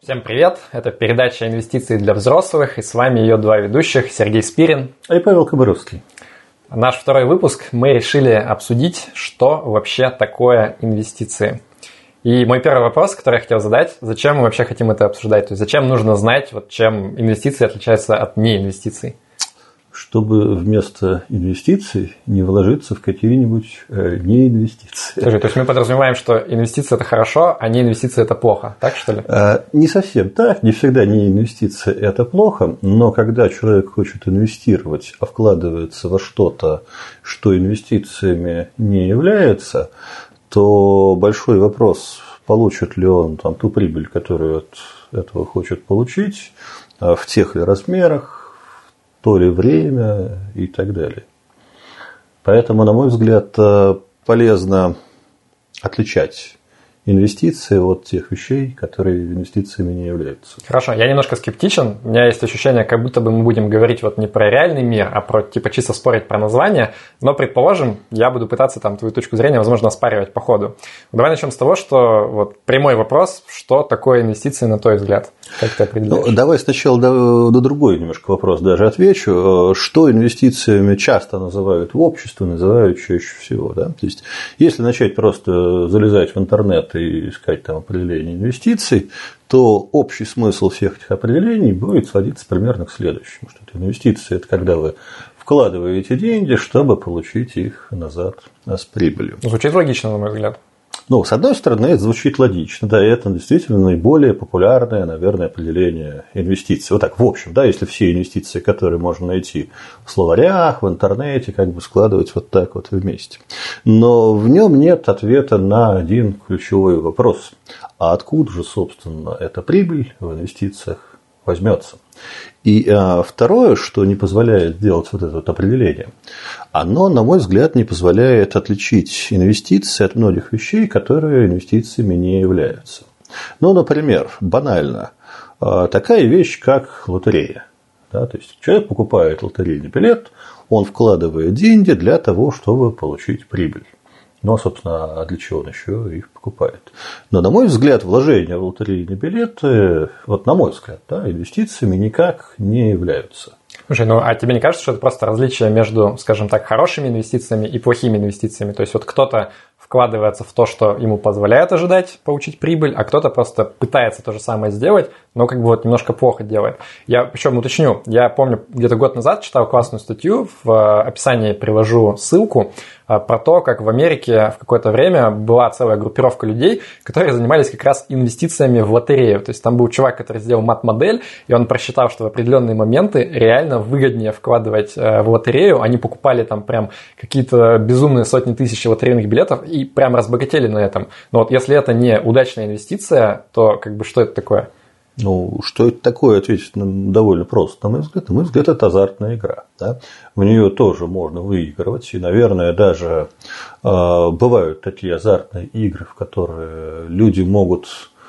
Всем привет! Это передача «Инвестиции для взрослых», и с вами ее два ведущих Сергей Спирин и Павел Кобыровский. Наш второй выпуск мы решили обсудить, что вообще такое инвестиции. И мой первый вопрос, который я хотел задать, зачем мы вообще хотим это обсуждать? То есть зачем нужно знать, чем инвестиции отличаются от неинвестиций? Чтобы вместо инвестиций не вложиться в какие-нибудь неинвестиции. Скажи, то есть мы подразумеваем, что инвестиции – это хорошо, а неинвестиции – это плохо, так что ли? Не совсем так, не всегда неинвестиции – это плохо, но когда человек хочет инвестировать, а вкладывается во что-то, что инвестициями не является, то большой вопрос, получит ли он ту прибыль, которую от этого хочет получить, в тех ли размерах, то ли время и так далее. Поэтому, на мой взгляд, полезно отличать инвестиции от тех вещей, которые инвестициями не являются. Хорошо, я немножко скептичен. У меня есть ощущение, как будто бы мы будем говорить не про реальный мир, а про чисто спорить про название. Но, предположим, я буду пытаться твою точку зрения, возможно, оспаривать по ходу. Давай начнем с того, что прямой вопрос, что такое инвестиции на твой взгляд? Как ты определяешь? Давай сначала до другой немножко вопрос даже отвечу. Что инвестициями часто называют в обществе, называют чаще всего. Да? То есть, если начать просто залезать в интернет и искать определение инвестиций, то общий смысл всех этих определений будет сводиться примерно к следующему. Что это инвестиции – это когда вы вкладываете деньги, чтобы получить их назад с прибылью. Звучит логично, на мой взгляд. С одной стороны, это звучит логично, да, и это действительно наиболее популярное, наверное, определение инвестиций. В общем, да, если все инвестиции, которые можно найти в словарях, в интернете, складывать так вместе. Но в нем нет ответа на один ключевой вопрос. А откуда же, собственно, эта прибыль в инвестициях возьмется? И второе, что не позволяет делать это определение, оно, на мой взгляд, не позволяет отличить инвестиции от многих вещей, которые инвестициями не являются. Например, банально, такая вещь, как лотерея. Да, то есть человек покупает лотерейный билет, он вкладывает деньги для того, чтобы получить прибыль. Собственно, а для чего он еще их покупает? Но, на мой взгляд, вложения в лотерейные билеты, на мой взгляд, инвестициями никак не являются. Слушай, а тебе не кажется, что это просто различие между, скажем так, хорошими инвестициями и плохими инвестициями? То есть кто-то вкладывается в то, что ему позволяет ожидать получить прибыль, а кто-то просто пытается то же самое сделать, но немножко плохо делает. Я причем уточню, я помню, где-то год назад читал классную статью, в описании приложу ссылку, про то, как в Америке в какое-то время была целая группировка людей, которые занимались как раз инвестициями в лотерею. То есть там был чувак, который сделал мат-модель, и он просчитал, что в определенные моменты реально выгоднее вкладывать в лотерею. Они покупали прям какие-то безумные сотни тысяч лотерейных билетов и прям разбогатели на этом. Но если это не удачная инвестиция, то что это такое? Что это такое, ответить довольно просто. На мой взгляд, это азартная игра. Да? В нее тоже можно выигрывать. И, наверное, даже бывают такие азартные игры, в которые люди могут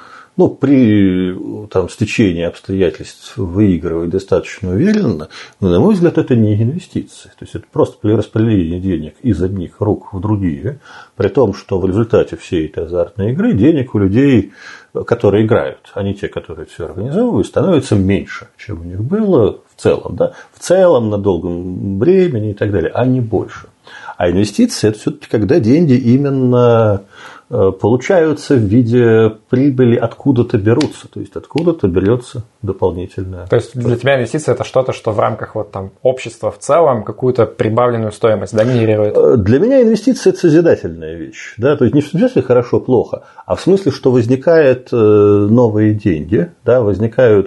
при стечении обстоятельств выигрывать достаточно уверенно. Но, на мой взгляд, это не инвестиции. То есть это просто перераспределение денег из одних рук в другие. При том, что в результате всей этой азартной игры денег у людей, которые играют, а не те, которые все организовывают, становится меньше, чем у них было в целом. Да? В целом, на долгом времени и так далее, а не больше. А инвестиции – это все-таки когда деньги именно получаются в виде прибыли, откуда-то берутся. То есть откуда-то берется дополнительная. То есть для тебя инвестиция – это что-то, что в рамках общества в целом какую-то прибавленную стоимость генерирует? Для меня инвестиция – это созидательная вещь. Да? То есть не в смысле хорошо-плохо, а в смысле, что возникают новые деньги, да? Возникают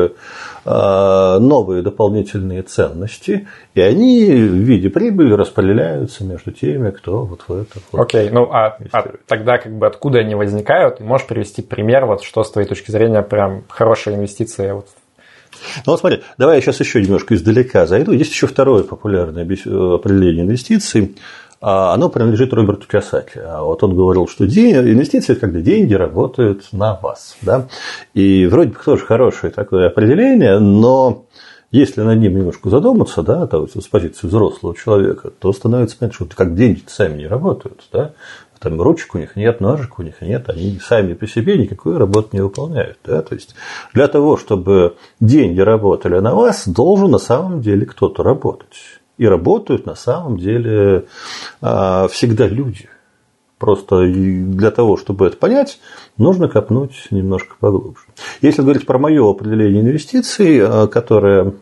новые дополнительные ценности, и они в виде прибыли распределяются между теми, кто в это Окей, тогда откуда они возникают? Можешь привести пример, что с твоей точки зрения прям хорошая инвестиция? Смотри, давай я сейчас еще немножко издалека зайду. Есть еще второе популярное определение инвестиций. Оно принадлежит Роберту Кийосаки. Он говорил, что инвестиции – это когда деньги работают на вас. Да? И вроде бы тоже хорошее такое определение, но если над ним немножко задуматься, да, с позиции взрослого человека, то становится понятно, что как деньги сами не работают. Да? Там ручек у них нет, ножек у них нет, они сами по себе никакой работы не выполняют. Да? То есть для того, чтобы деньги работали на вас, должен на самом деле кто-то работать. И работают на самом деле всегда люди. Просто для того, чтобы это понять, нужно копнуть немножко поглубже. Если говорить про мое определение инвестиций, которое,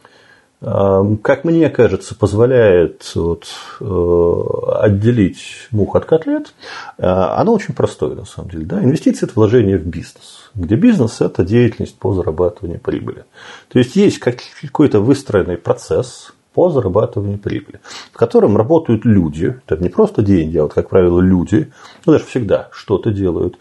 как мне кажется, позволяет отделить мух от котлет, оно очень простое на самом деле. Да? Инвестиции – это вложение в бизнес, где бизнес – это деятельность по зарабатыванию прибыли. То есть есть какой-то выстроенный процесс по зарабатыванию прибыли, в котором работают люди, это не просто деньги, а вот, как правило, люди, даже всегда что-то делают,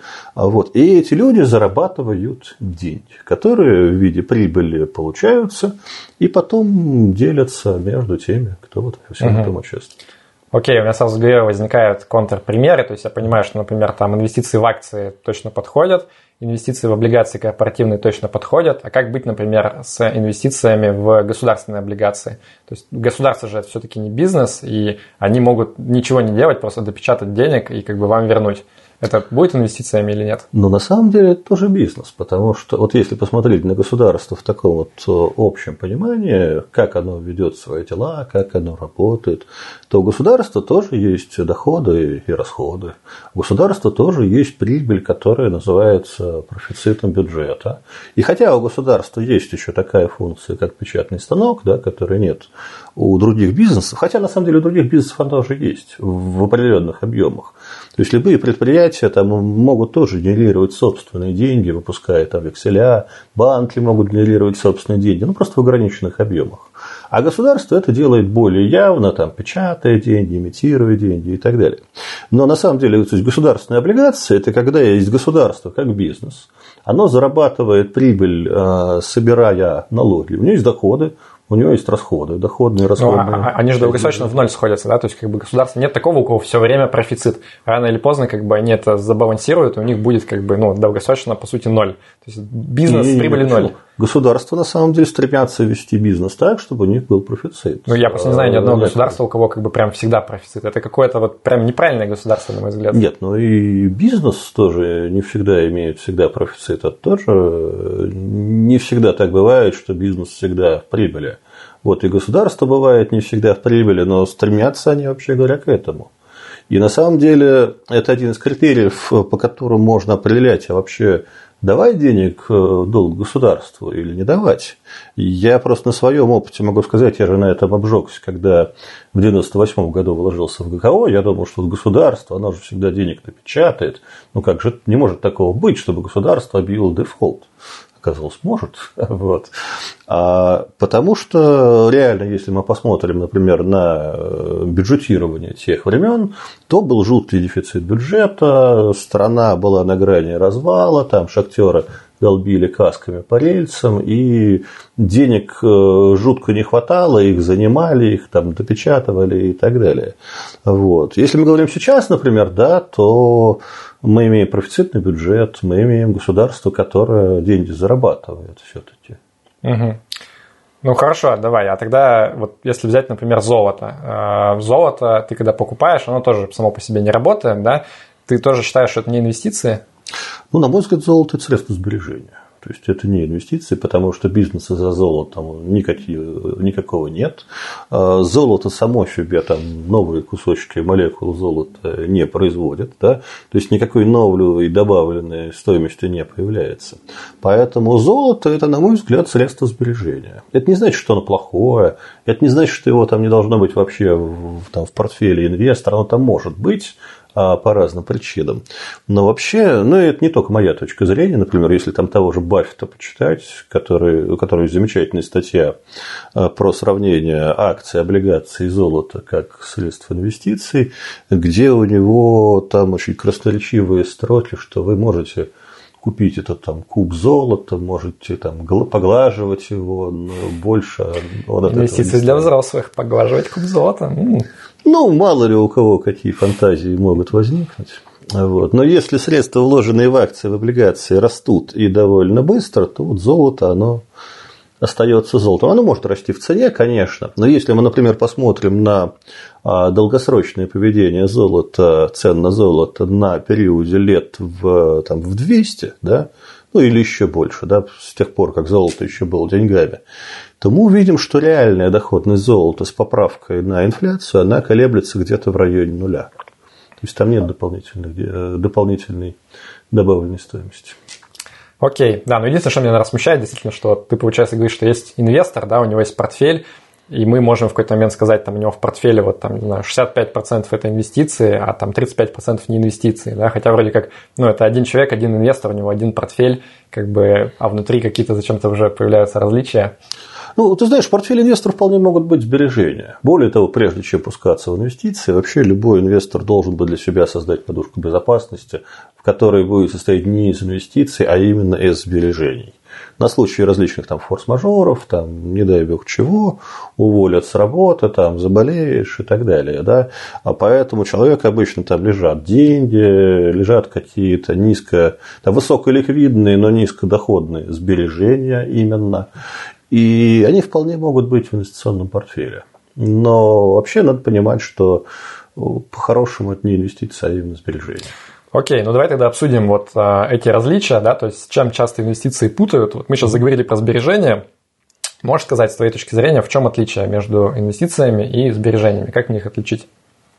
и эти люди зарабатывают деньги, которые в виде прибыли получаются и потом делятся между теми, кто во всем этом участвует. Окей, у меня сразу в голове возникают контрпримеры, то есть я понимаю, что, например, там инвестиции в акции точно подходят, инвестиции в облигации корпоративные точно подходят, а как быть, например, с инвестициями в государственные облигации? То есть государство же это все-таки не бизнес, и они могут ничего не делать, просто допечатать денег и как бы вам вернуть. Это будет инвестициями или нет? Но на самом деле это тоже бизнес, потому что вот если посмотреть на государство в таком общем понимании, как оно ведет свои дела, как оно работает, то у государства тоже есть доходы и расходы. У государства тоже есть прибыль, которая называется профицитом бюджета. И хотя у государства есть еще такая функция, как печатный станок, да, которой нет у других бизнесов, хотя на самом деле у других бизнесов она тоже есть в определенных объемах. То есть любые предприятия там могут тоже генерировать собственные деньги, выпуская там векселя, банки могут генерировать собственные деньги, просто в ограниченных объемах. А государство это делает более явно, там, печатая деньги, имитируя деньги и так далее. Но на самом деле то есть государственные облигации – это когда есть государство как бизнес, оно зарабатывает прибыль, собирая налоги, у него есть доходы, у него есть расходы, доходные, расходные. Они же долгосрочно в ноль сходятся, да? То есть, как бы государство нет такого, у кого все время профицит. Рано или поздно, как бы они это забалансируют, и у них будет, как бы, долгосрочно, по сути, ноль. То есть бизнес с прибыли ноль. Государства на самом деле стремятся вести бизнес так, чтобы у них был профицит. Я просто не знаю ни одного государства, у кого как бы прям всегда профицит. Это какое-то вот прям неправильное государство, на мой взгляд. Нет, и бизнес тоже не всегда имеет всегда профицит. Это тоже не всегда так бывает, что бизнес всегда в прибыли. И государство бывает не всегда в прибыли, но стремятся они, вообще говоря, к этому. И на самом деле это один из критериев, по которым можно определять, а вообще давать денег долг государству или не давать. Я просто на своем опыте могу сказать, я же на этом обжегся, когда в 1998 году вложился в ГКО, я думал, что государство, оно же всегда денег напечатает. Как же не может такого быть, чтобы государство объявило дефолт? Оказалось, может. Потому что реально, если мы посмотрим, например, на бюджетирование тех времен, то был жуткий дефицит бюджета, страна была на грани развала, там шахтеры долбили касками по рельсам, и денег жутко не хватало, их занимали, их там допечатывали и так далее. Если мы говорим сейчас, например, да, то мы имеем профицитный бюджет, мы имеем государство, которое деньги зарабатывает все-таки. Угу. Хорошо, давай. А тогда, если взять, например, золото. Золото ты когда покупаешь, оно тоже само по себе не работает, да? Ты тоже считаешь, что это не инвестиции? На мой взгляд, золото – это средство сбережения. То есть это не инвестиции, потому что бизнеса за золотом никакого нет. Золото само себе там новые кусочки молекул золота не производит. Да? То есть никакой новой добавленной стоимости не появляется. Поэтому золото – это, на мой взгляд, средство сбережения. Это не значит, что оно плохое. Это не значит, что его там не должно быть вообще в портфеле инвестора. Оно там может быть по разным причинам. Но вообще, это не только моя точка зрения. Например, если там того же Баффета почитать, у которого есть замечательная статья про сравнение акций, облигаций и золота как средств инвестиций, где у него там очень красноречивые строки, что вы можете купить этот там куб золота, можете там поглаживать его, но больше он от инвестиции для взрослых, поглаживать куб золота. Мало ли у кого какие фантазии могут возникнуть. Но если средства, вложенные в акции, в облигации, растут и довольно быстро, то золото, оно остается золотом. Оно может расти в цене, конечно, но если мы, например, посмотрим на долгосрочное поведение золота, цен на золото на периоде лет в 200, да, ну или еще больше, да, с тех пор, как золото еще было деньгами, то мы увидим, что реальная доходность золота с поправкой на инфляцию, она колеблется где-то в районе нуля. То есть там нет дополнительной добавленной стоимости. Окей, да, но единственное, что меня смущает, действительно, что ты, получается, говоришь, что есть инвестор, да, у него есть портфель, и мы можем в какой-то момент сказать, там, у него в портфеле, вот, там, не знаю, 65% это инвестиции, а там 35% не инвестиции, да, хотя вроде как, ну, это один человек, один инвестор, у него один портфель, как бы, а внутри какие-то зачем-то уже появляются различия. Ну, ты знаешь, в портфеле инвесторов вполне могут быть сбережения. Более того, прежде чем пускаться в инвестиции, вообще любой инвестор должен бы для себя создать подушку безопасности, в которой будет состоять не из инвестиций, а именно из сбережений. На случай различных там форс-мажоров, там, не дай бог чего, уволят с работы, там, заболеешь и так далее. Да? А поэтому человек обычно там лежат деньги, лежат какие-то высоколиквидные, но низкодоходные сбережения именно. И они вполне могут быть в инвестиционном портфеле. Но вообще надо понимать, что по-хорошему это не инвестиция, а именно сбережения. Окей, ну давай тогда обсудим вот эти различия, да, то есть с чем часто инвестиции путают. Вот мы сейчас заговорили про сбережения. Можешь сказать, с твоей точки зрения, в чем отличие между инвестициями и сбережениями? Как мне их отличить?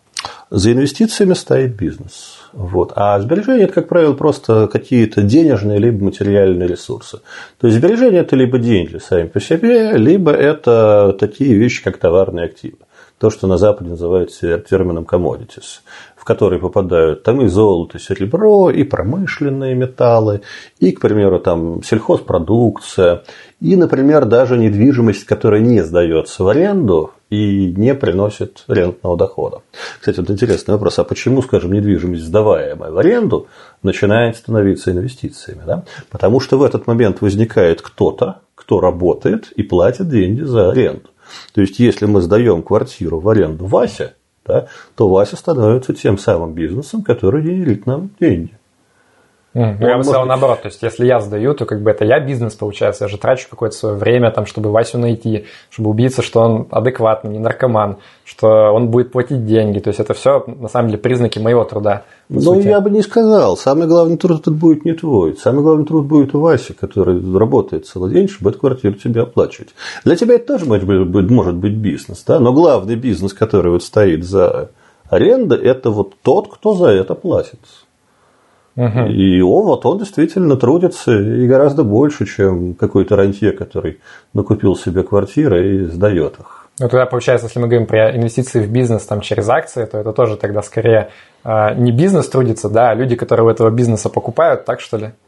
За инвестициями стоит бизнес. Вот. А сбережения – это, как правило, просто какие-то денежные либо материальные ресурсы. То есть сбережения – это либо деньги сами по себе, либо это такие вещи, как товарные активы. То, что на Западе называется термином commodities, в которые попадают там и золото, и серебро, и промышленные металлы, и, к примеру, там сельхозпродукция, и, например, даже недвижимость, которая не сдается в аренду и не приносит рентного дохода. Кстати, вот интересный вопрос, а почему, скажем, недвижимость, сдаваемая в аренду, начинает становиться инвестициями? Да? Потому что в этот момент возникает кто-то, кто работает и платит деньги за аренду. То есть, если мы сдаем квартиру в аренду Васе, да, то Вася становится тем самым бизнесом, который генерит нам деньги. Я бы сказал наоборот, то есть если я сдаю, то как бы это я бизнес, получается, я же трачу какое-то свое время, там, чтобы Васю найти, чтобы убедиться, что он адекватный, не наркоман, что он будет платить деньги, то есть это все на самом деле признаки моего труда. Ну, я бы не сказал, самый главный труд этот будет не твой, самый главный труд будет у Васи, который работает целый день, чтобы эту квартиру тебе оплачивать. Для тебя это тоже может быть бизнес, да? Но главный бизнес, который вот стоит за арендой, это вот тот, кто за это платит. И он действительно трудится и гораздо больше, чем какой-то рантье, который накупил себе квартиры и сдает их. Ну, тогда получается, если мы говорим про инвестиции в бизнес там, через акции, то это тоже тогда скорее не бизнес трудится, да, а люди, которые у этого бизнеса покупают, так что ли?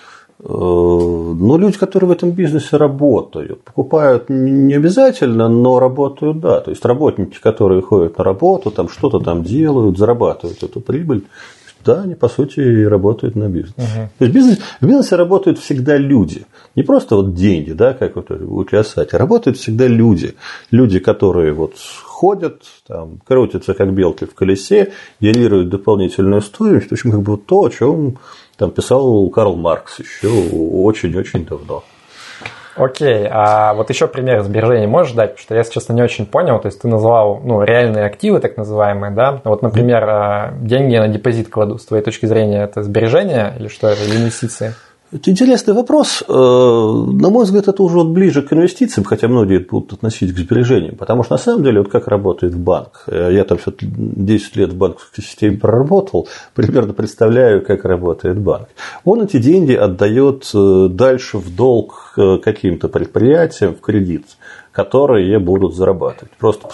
Ну, люди, которые в этом бизнесе работают, покупают не обязательно, но работают, да. То есть работники, которые ходят на работу, там что-то там делают, зарабатывают эту прибыль. Да, они, по сути, работают на бизнес. То есть в бизнесе работают всегда люди. Не просто вот деньги, да, как вот у Киосаки. Работают всегда люди. Люди, которые вот ходят, там, крутятся, как белки в колесе, генерируют дополнительную стоимость. В общем, как бы вот то, о чем там писал Карл Маркс еще очень-очень давно. Окей, а вот еще пример сбережений можешь дать? Потому что я, если честно, не очень понял. То есть ты назвал реальные активы, так называемые, да? Вот, например, деньги на депозит кладу. С твоей точки зрения, это сбережения или что это, или инвестиции? Это интересный вопрос. На мой взгляд, это уже вот ближе к инвестициям, хотя многие это будут относить к сбережениям. Потому что, на самом деле, вот как работает банк. Я там 10 лет в банковской системе проработал, примерно представляю, как работает банк. Он эти деньги отдает дальше в долг каким-то предприятиям, в кредит, которые будут зарабатывать. Просто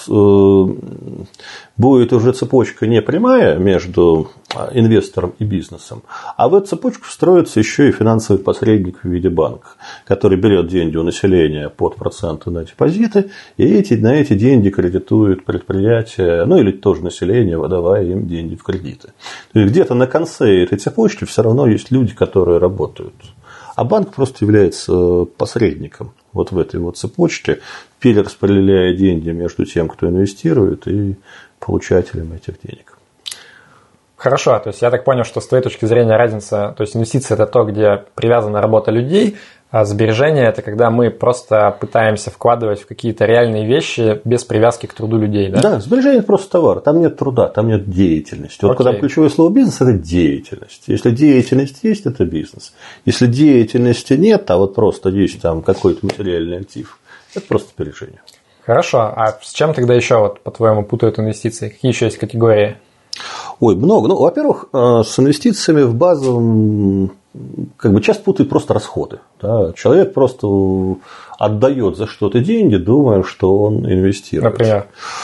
будет уже цепочка не прямая между инвестором и бизнесом, а в эту цепочку встроится еще и финансовый посредник в виде банка, который берет деньги у населения под проценты на депозиты, и на эти деньги кредитует предприятия, ну или тоже население, выдавая им деньги в кредиты. То есть где-то на конце этой цепочки все равно есть люди, которые работают. А банк просто является посредником вот в этой вот цепочке, перераспределяя деньги между тем, кто инвестирует, и получателем этих денег. Хорошо, то есть я так понял, что с твоей точки зрения разница, то есть инвестиции – это то, где привязана работа людей, А сбережения – это когда мы просто пытаемся вкладывать в какие-то реальные вещи без привязки к труду людей, да? Да, сбережение – это просто товар. Там нет труда, там нет деятельности. Вот когда ключевое слово «бизнес» – это деятельность. Если деятельность есть, это бизнес. Если деятельности нет, а вот просто есть там какой-то материальный актив, это просто сбережение. Хорошо. А с чем тогда еще, вот, по-твоему, путают инвестиции? Какие еще есть категории? Ой, много. Ну, во-первых, с инвестициями в базовом часто путают просто расходы. Да? Человек просто отдает за что-то деньги, думая, что он инвестирует. Например?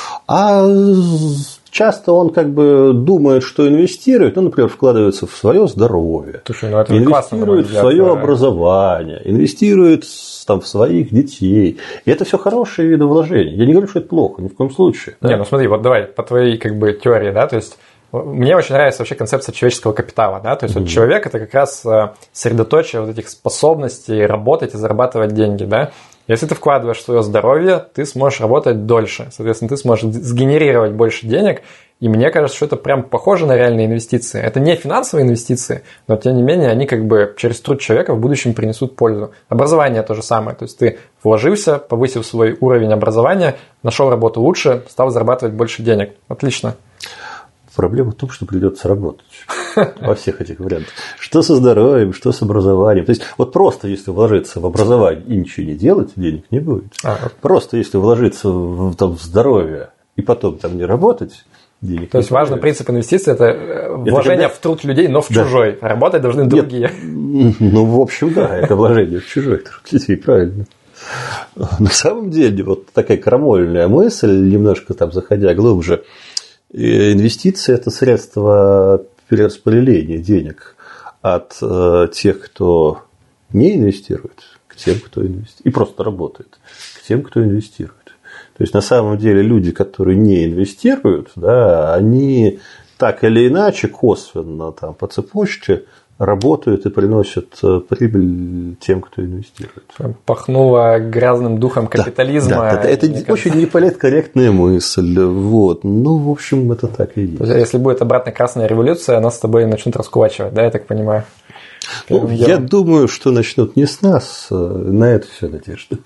А часто он думает, что инвестирует, например, вкладывается в свое здоровье, Слушай, это инвестирует в свое образование, инвестирует в своих детей. И это все хорошие виды вложений. Я не говорю, что это плохо, ни в коем случае. Да? Не, смотри, вот давай по твоей теории, да, то есть мне очень нравится вообще концепция человеческого капитала, да, то есть вот человек – это как раз средоточие вот этих способностей работать и зарабатывать деньги, да. Если ты вкладываешь в свое здоровье, ты сможешь работать дольше, соответственно, ты сможешь сгенерировать больше денег, и мне кажется, что это прям похоже на реальные инвестиции. Это не финансовые инвестиции, но тем не менее они через труд человека в будущем принесут пользу. Образование то же самое, то есть ты вложился, повысил свой уровень образования, нашел работу лучше, стал зарабатывать больше денег. Отлично. Проблема в том, что придется работать во всех этих вариантах. Что со здоровьем, что с образованием. То есть, вот просто если вложиться в образование и ничего не делать, денег не будет. Просто если вложиться в здоровье и потом там не работать, денег не будет. То есть, важный принцип инвестиций – это вложение в труд людей, но в чужой. Работать должны другие. Ну, в общем, да, это вложение в чужой труд людей, правильно. На самом деле, вот такая крамольная мысль, немножко заходя глубже, инвестиции – это средство перераспределения денег от тех, кто не инвестирует, к тем, кто инвестирует. И просто работает, к тем, кто инвестирует. То есть, на самом деле, люди, которые не инвестируют, да, они так или иначе, косвенно по цепочке работают и приносят прибыль тем, кто инвестирует. Пахнуло грязным духом капитализма. Да, это очень неполиткорректная мысль. Вот. Ну, в общем, это так и есть. Если будет обратная красная революция, нас с тобой начнут раскулачивать, да, я так понимаю? Я думаю, что начнут не с нас, на это все надежда.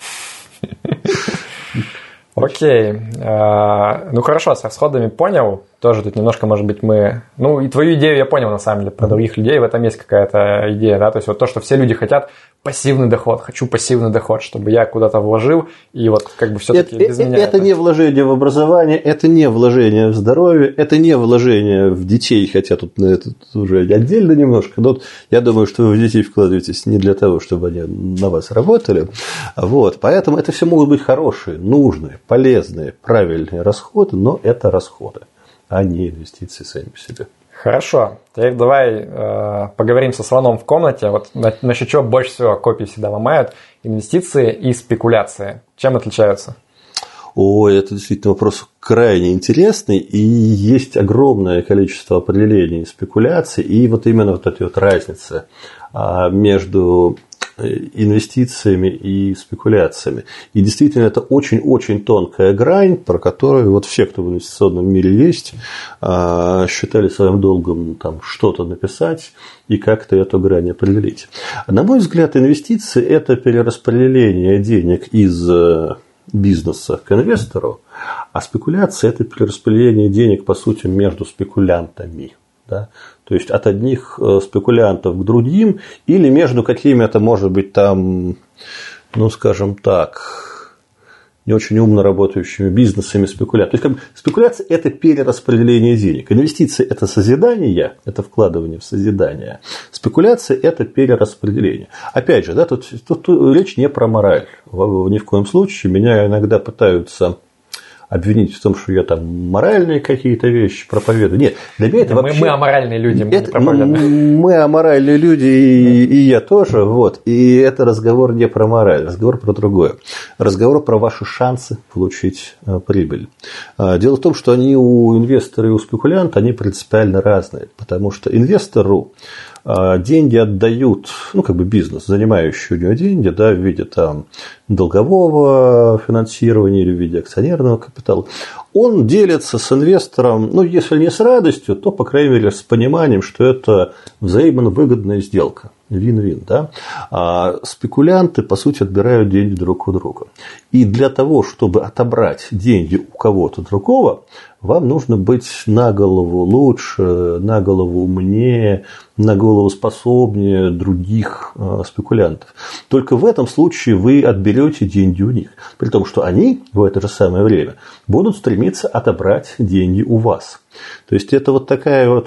Окей. Ну, хорошо, с расходами понял. Тоже тут немножко, может быть, мы... Ну, и твою идею я понял, на самом деле, про других людей. В этом есть какая-то идея, да? То есть, вот то, что все люди хотят пассивный доход. Хочу пассивный доход, чтобы я куда-то вложил, и вот все-таки без меня... Это не вложение в образование, это не вложение в здоровье, это не вложение в детей, хотя тут на это уже отдельно немножко. Но я думаю, что вы в детей вкладываетесь не для того, чтобы они на вас работали. Вот. Поэтому это все могут быть хорошие, нужные, полезные, правильные расходы, но это расходы, а не инвестиции сами по себе. Хорошо. Теперь давай поговорим со слоном в комнате. Вот насчет чего больше всего копии всегда ломают. Инвестиции и спекуляции. Чем отличаются? Ой, это действительно вопрос крайне интересный. И есть огромное количество определений спекуляций. И вот именно вот эта вот разница между инвестициями и спекуляциями. И действительно, это очень-очень тонкая грань, про которую вот все, кто в инвестиционном мире есть, считали своим долгом что-то написать и как-то эту грань определить. На мой взгляд, инвестиции – это перераспределение денег из бизнеса к инвестору, а спекуляция – это перераспределение денег, по сути, между спекулянтами. Да? То есть, от одних спекулянтов к другим, или между какими-то, может быть, скажем так, не очень умно работающими бизнесами спекулянтов. То есть, спекуляция – это перераспределение денег. Инвестиции – это созидание, это вкладывание в созидание. Спекуляция – это перераспределение. Опять же, да, тут речь не про мораль. Ни в коем случае. Меня иногда пытаются обвинить в том, что я моральные какие-то вещи проповедую. Нет, для меня это вообще... Мы аморальные люди, мы не проповедуем. Мы аморальные люди, и я тоже. Вот. И это разговор не про мораль, разговор про другое. Разговор про ваши шансы получить прибыль. Дело в том, что они у инвестора и у спекулянта, они принципиально разные. Потому что инвестору деньги отдают, бизнес, занимающий у него деньги, да, в виде долгового финансирования или в виде акционерного капитала. Он делится с инвестором, если не с радостью, то, по крайней мере, с пониманием, что это взаимовыгодная сделка. Вин-вин, да? А спекулянты, по сути, отбирают деньги друг у друга. И для того, чтобы отобрать деньги у кого-то другого, вам нужно быть на голову лучше, на голову умнее, на голову способнее других спекулянтов. Только в этом случае вы отберете деньги у них. При том, что они в это же самое время будут стремиться отобрать деньги у вас. То есть это вот такая вот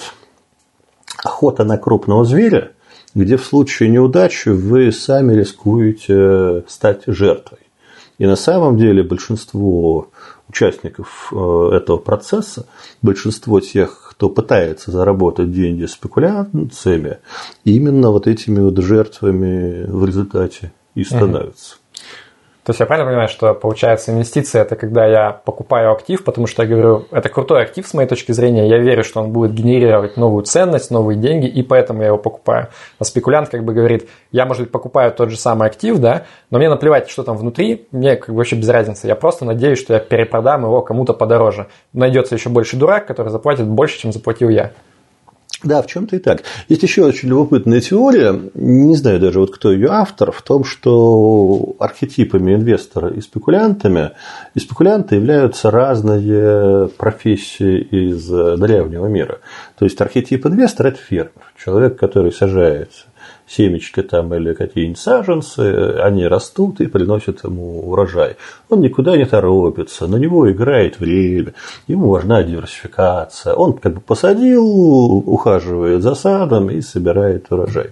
охота на крупного зверя, где в случае неудачи вы сами рискуете стать жертвой. И на самом деле большинство участников этого процесса, большинство тех, кто пытается заработать деньги спекуляциями, именно вот этими вот жертвами в результате и становятся. То есть я правильно понимаю, что получается инвестиция – это когда я покупаю актив, потому что я говорю, это крутой актив с моей точки зрения, я верю, что он будет генерировать новую ценность, новые деньги, и поэтому я его покупаю. А спекулянт как бы говорит, я, может быть, покупаю тот же самый актив, да, но мне наплевать, что там внутри, мне как бы вообще без разницы. Я просто надеюсь, что я перепродам его кому-то подороже. Найдется еще больше дурак, который заплатит больше, чем заплатил я. Да, в чем-то и так. Есть еще очень любопытная теория, не знаю даже вот кто ее автор, в том, что архетипами инвестора и спекулянты являются разные профессии из древнего мира. То есть архетип инвестора – это фермер, человек, который сажает семечки там или какие-нибудь саженцы, они растут и приносят ему урожай. Он никуда не торопится, на него играет время, ему важна диверсификация. Он как бы посадил, ухаживает за садом и собирает урожай.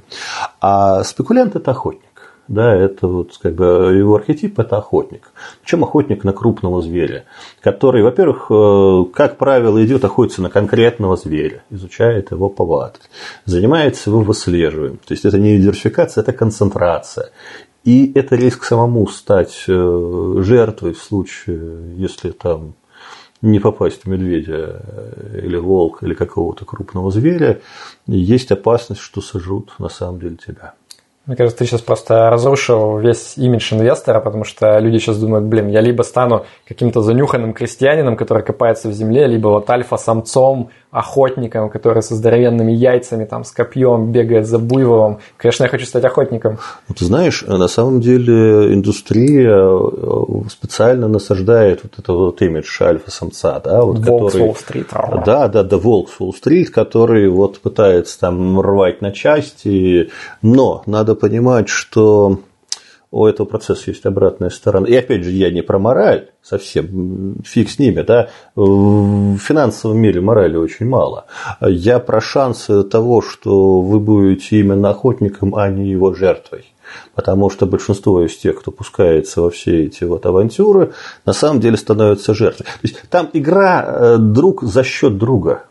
А спекулянт – это охотник. Да, это вот как бы его архетип – это охотник. Причем охотник на крупного зверя, который, во-первых, как правило, идет охотиться на конкретного зверя, изучает его повадки, занимается его выслеживанием. То есть это не диверсификация, это концентрация. И это риск самому стать жертвой в случае, если там не попасть в медведя или волка или какого-то крупного зверя, есть опасность, что сожрут на самом деле тебя. Мне кажется, ты сейчас просто разрушил весь имидж инвестора, потому что люди сейчас думают, блин, я либо стану каким-то занюханным крестьянином, который копается в земле, либо вот альфа-самцом, охотником, который со здоровенными яйцами, там, с копьем бегает за буйволом. Конечно, я хочу стать охотником. Ты знаешь, на самом деле индустрия специально насаждает вот этот вот имидж альфа-самца, да, вот, волк с Уолл-стрит. Да, волк с Уолл-стрит, который вот пытается там рвать на части, но надо понимать, что у этого процесса есть обратная сторона. И опять же, я не про мораль совсем, фиг с ними, да, в финансовом мире морали очень мало. Я про шансы того, что вы будете именно охотником, а не его жертвой. Потому что большинство из тех, кто пускается во все эти вот авантюры, на самом деле становятся жертвой. То есть там игра друг за счет друга.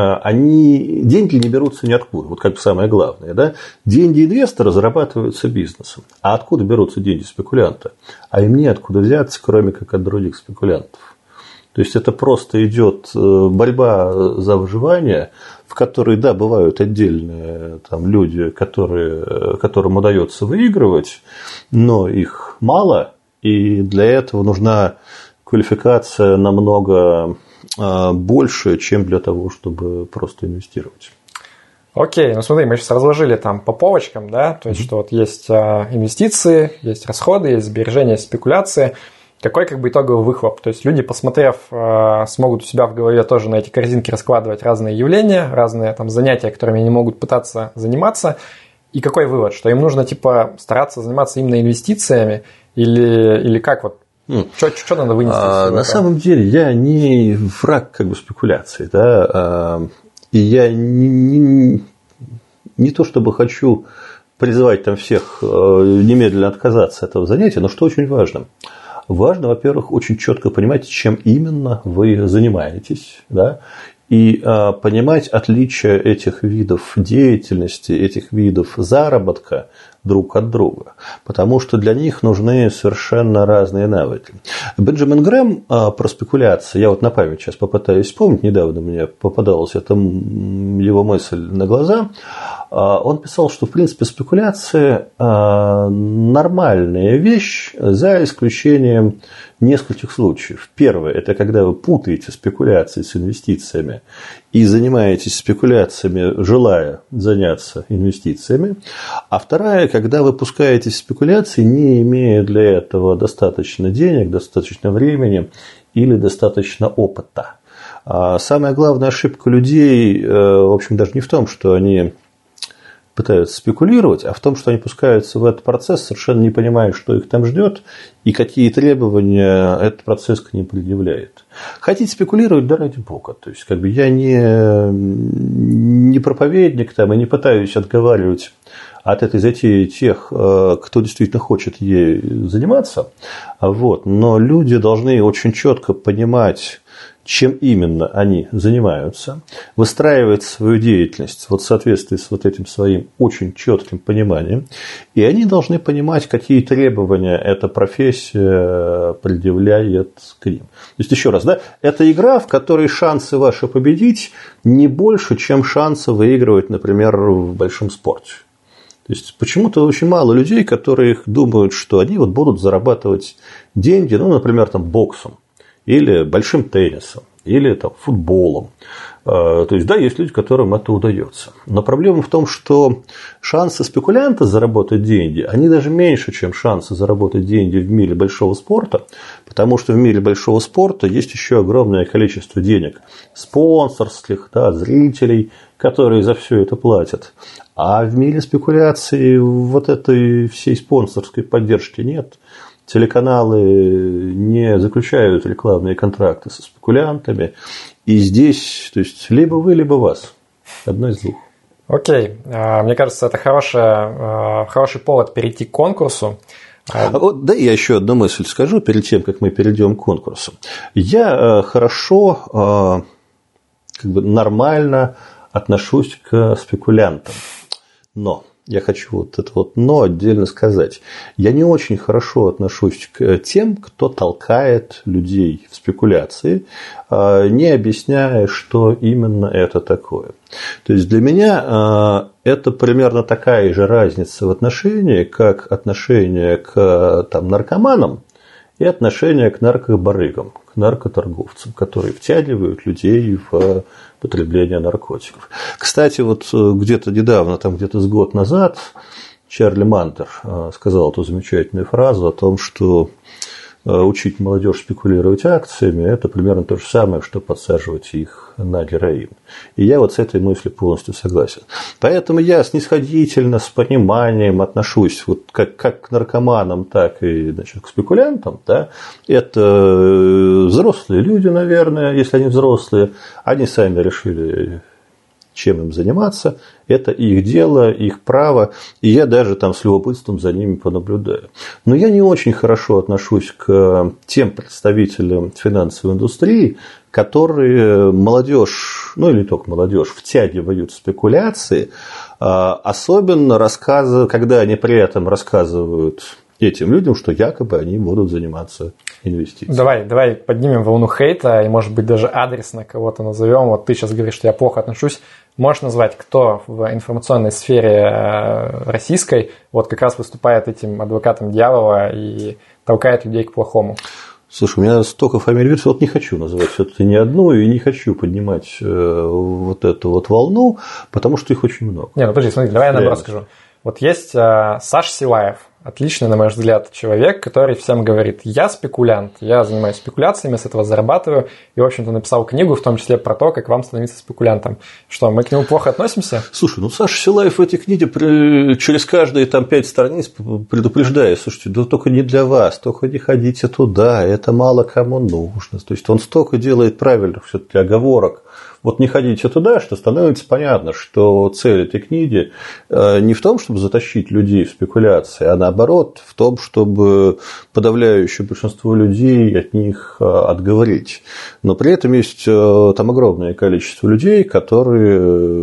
Деньги не берутся ниоткуда. Вот как бы самое главное. Да? Деньги инвестора зарабатываются бизнесом. А откуда берутся деньги спекулянта? А им неоткуда взяться, кроме как от других спекулянтов. То есть это просто идет борьба за выживание, в которой, да, бывают отдельные там, люди, которым удается выигрывать, но их мало, и для этого нужна квалификация намного больше, чем для того, чтобы просто инвестировать. Окей, ну смотри, мы сейчас разложили там по полочкам, да, то есть, что вот есть инвестиции, есть расходы, есть сбережения, есть спекуляции. Какой как бы итоговый выхлоп? То есть люди, посмотрев, смогут у себя в голове тоже на эти корзинки раскладывать разные явления, разные там занятия, которыми они могут пытаться заниматься. И какой вывод? Что им нужно типа стараться заниматься именно инвестициями или как вот? Что надо вынести из всего этого? На самом деле я не враг как бы спекуляций, да, и я не то чтобы хочу призывать там всех немедленно отказаться от этого занятия, но что очень важно. Важно, во-первых, очень четко понимать, чем именно вы занимаетесь, да, и понимать отличия этих видов деятельности, этих видов заработка друг от друга, потому что для них нужны совершенно разные навыки. Бенджамин Грэм про спекуляции, я вот на память сейчас попытаюсь вспомнить, недавно мне попадалась эта его мысль на глаза, он писал, что в принципе спекуляции нормальная вещь, за исключением нескольких случаев. Первое – это когда вы путаете спекуляции с инвестициями и занимаетесь спекуляциями, желая заняться инвестициями. А вторая – когда вы пускаетесь в спекуляции, не имея для этого достаточно денег, достаточно времени или достаточно опыта. Самая главная ошибка людей, в общем, даже не в том, что они пытаются спекулировать, а в том, что они пускаются в этот процесс, совершенно не понимая, что их там ждет и какие требования этот процесс к ним предъявляет. Хотите спекулировать, да ради бога. То есть, я не проповедник там, и не пытаюсь отговаривать от этой затеи тех, кто действительно хочет ей заниматься. Но люди должны очень четко понимать, чем именно они занимаются, выстраивать свою деятельность в соответствии с этим своим очень четким пониманием, и они должны понимать, какие требования эта профессия предъявляет к ним. То есть, еще раз, это игра, в которой шансы ваши победить не больше, чем шансы выигрывать, например, в большом спорте. То есть, почему-то очень мало людей, которые думают, что они будут зарабатывать деньги, например, боксом, или большим теннисом, или футболом. То есть, есть люди, которым это удается. Но проблема в том, что шансы спекулянта заработать деньги, они даже меньше, чем шансы заработать деньги в мире большого спорта, потому что в мире большого спорта есть еще огромное количество денег спонсорских, зрителей, которые за все это платят. А в мире спекуляций этой всей спонсорской поддержки нет. Телеканалы не заключают рекламные контракты со спекулянтами. И здесь, то есть, либо вы, либо вас. Одно из двух. Окей. Мне кажется, это хороший повод перейти к конкурсу. Я еще одну мысль скажу перед тем, как мы перейдем к конкурсу. Я хорошо, нормально отношусь к спекулянтам. Но я хочу но отдельно сказать. Я не очень хорошо отношусь к тем, кто толкает людей в спекуляции, не объясняя, что именно это такое. То есть, для меня это примерно такая же разница в отношении, как отношение к наркоманам и отношение к наркобарыгам, к наркоторговцам, которые втягивают людей в потребление наркотиков. Кстати, где-то недавно, где-то с год назад, Чарли Мантер сказал эту замечательную фразу о том, что учить молодежь спекулировать акциями – это примерно то же самое, что подсаживать их на героин. И я с этой мыслью полностью согласен. Поэтому я снисходительно, с пониманием отношусь как к наркоманам, так и к спекулянтам. Это взрослые люди, наверное, если они взрослые, они сами решили, чем им заниматься. Это их дело, их право, и я даже с любопытством за ними понаблюдаю. Но я не очень хорошо отношусь к тем представителям финансовой индустрии, которые молодежь, или не только молодежь, втягивают в спекуляции, особенно когда они при этом рассказывают этим людям, что якобы они будут заниматься инвестициями. Давай поднимем волну хейта и, может быть, даже адресно кого-то назовем. Ты сейчас говоришь, что я плохо отношусь. Можешь назвать, кто в информационной сфере российской как раз выступает этим адвокатом дьявола и толкает людей к плохому? Слушай, у меня столько фамилий, не хочу называть все-таки ни одну, и не хочу поднимать эту волну, потому что их очень много. Подожди, смотри, давай я наоборот скажу. Есть Саша Силаев, отличный, на мой взгляд, человек, который всем говорит: я спекулянт, я занимаюсь спекуляциями, с этого зарабатываю, и, в общем-то, написал книгу, в том числе про то, как вам становиться спекулянтом. Что, мы к нему плохо относимся? Слушай, Саша Силаев в этой книге через каждые 5 страниц предупреждает: слушайте, только не для вас, только не ходите туда, это мало кому нужно. То есть, он столько делает правильных все-таки оговорок. Не ходите туда, что становится понятно, что цель этой книги не в том, чтобы затащить людей в спекуляции, а наоборот, наоборот, в том, чтобы подавляющее большинство людей от них отговорить. Но при этом есть там огромное количество людей, которые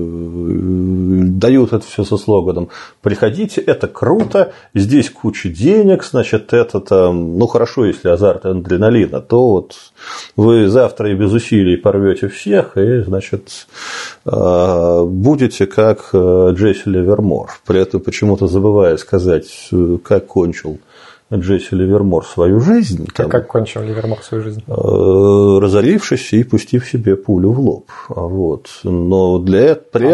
дают это все со слоганом: приходите, это круто, здесь куча денег, значит, это там, ну хорошо, если азарт и адреналин, а то вот вы завтра и без усилий порвете всех, и, значит, будете как Джесси Ливермор. При этом почему-то забывая сказать, как кончил Джесси Ливермор свою жизнь. Как кончил Ливермор свою жизнь? Разорившись и пустив себе пулю в лоб. Вот. Но при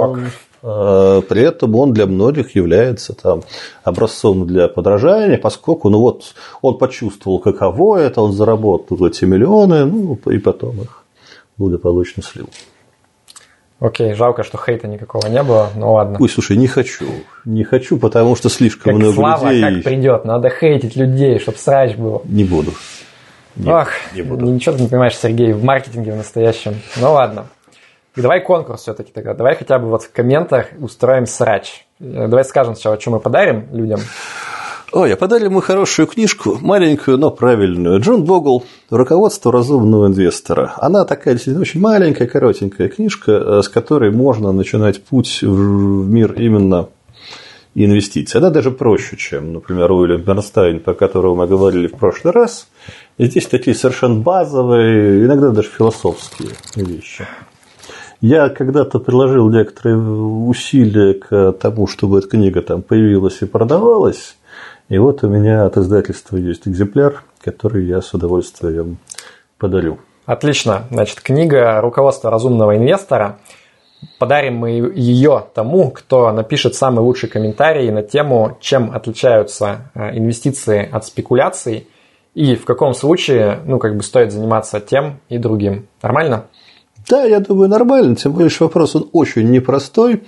этом он для многих является там образцом для подражания, поскольку ну вот, он почувствовал, каково это, он заработал эти миллионы, ну, и потом их благополучно слил. Окей, жалко, что хейта никакого не было, но ладно. Ой, слушай, не хочу, потому что слишком как много слава, людей. Как придет, надо хейтить людей, чтобы срач был. Не буду. Не буду. Ничего ты не понимаешь, Сергей, в маркетинге в настоящем. Ну ладно. И давай конкурс все-таки тогда. Давай хотя бы вот в комментах устроим срач. Давай скажем сначала, что мы подарим людям. Ой, подарили мы хорошую книжку, маленькую, но правильную. Джон Богл «Руководство разумного инвестора». Она такая действительно очень маленькая, коротенькая книжка, с которой можно начинать путь в мир именно инвестиций. Она даже проще, чем, например, Уильям Бернстайн, про которого мы говорили в прошлый раз. И здесь такие совершенно базовые, иногда даже философские вещи. Я когда-то приложил некоторые усилия к тому, чтобы эта книга там появилась и продавалась. И вот у меня от издательства есть экземпляр, который я с удовольствием подарю. Отлично. Значит, книга «Руководство разумного инвестора». Подарим мы ее тому, кто напишет самый лучший комментарий на тему, чем отличаются инвестиции от спекуляций и в каком случае, стоит заниматься тем и другим. Нормально? Да, я думаю, нормально. Тем более, что вопрос он очень непростой.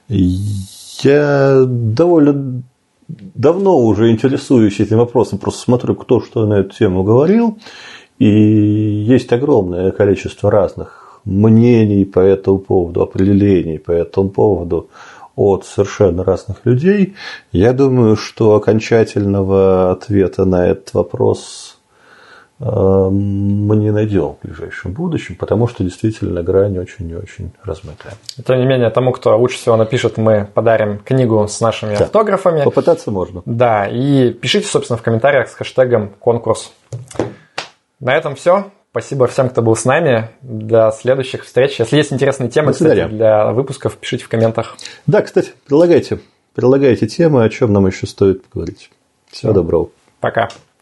Я довольно давно уже интересуюсь этим вопросом, просто смотрю, кто что на эту тему говорил, и есть огромное количество разных мнений по этому поводу, определений по этому поводу от совершенно разных людей. Я думаю, что окончательного ответа на этот вопрос мы не найдем в ближайшем будущем, потому что действительно грань очень и очень размытая. Тем не менее, тому, кто лучше всего напишет, мы подарим книгу с нашими автографами. Попытаться можно. Да, и пишите, собственно, в комментариях с хэштегом «Конкурс». На этом все. Спасибо всем, кто был с нами. До следующих встреч. Если есть интересные темы, кстати, для выпусков, пишите в комментах. Да, кстати, предлагайте темы, о чем нам еще стоит поговорить. Всего доброго. Пока.